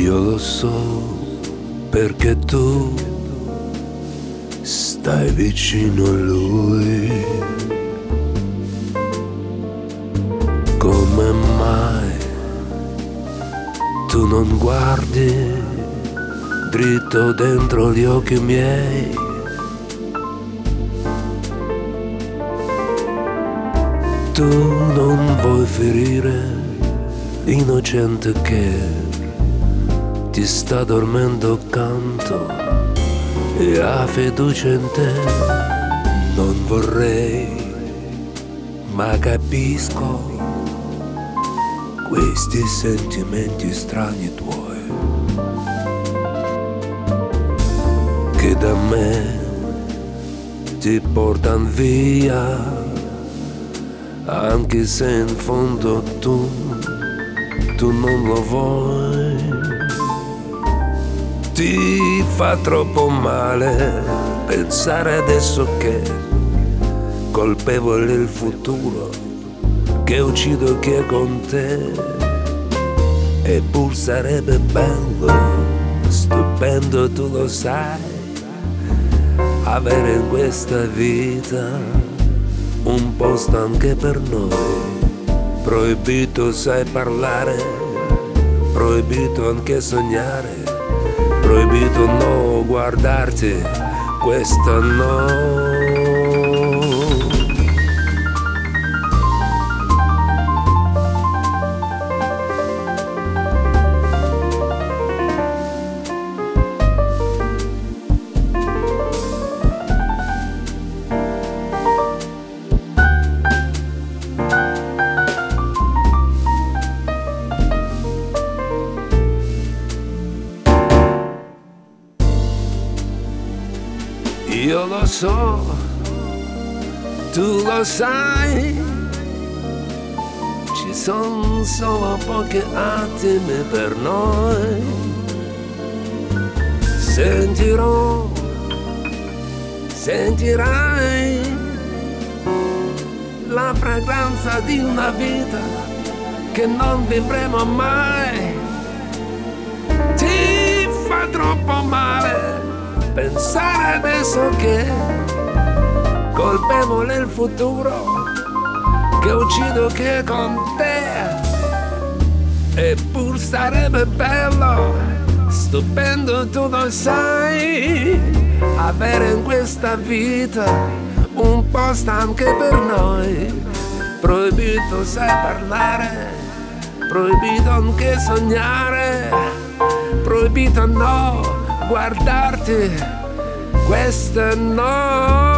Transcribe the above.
Io lo so perché tu stai vicino a lui. Come mai tu non guardi dritto dentro gli occhi miei? Tu non vuoi ferire l'innocente che ti sta dormendo accanto e ha fiducia in te. Non vorrei, ma capisco questi sentimenti strani tuoi che da me ti portano via, anche se in fondo tu non lo vuoi. Ti fa troppo male pensare adesso che colpevole il futuro che uccido chi è con te. Eppur sarebbe bello, stupendo, tu lo sai, avere in questa vita un posto anche per noi. Proibito sai parlare, proibito anche sognare, proibito no guardarti, questa no. Io lo so, tu lo sai, ci sono solo pochi attimi per noi. Sentirò, sentirai la fragranza di una vita che non vivremo mai. Ti fa troppo male pensare adesso che colpevole il futuro che uccido che è con te. Eppur sarebbe bello, stupendo, tu lo sai, avere in questa vita un posto anche per noi. Proibito sai parlare, proibito anche sognare, proibito no guardarti, questa no.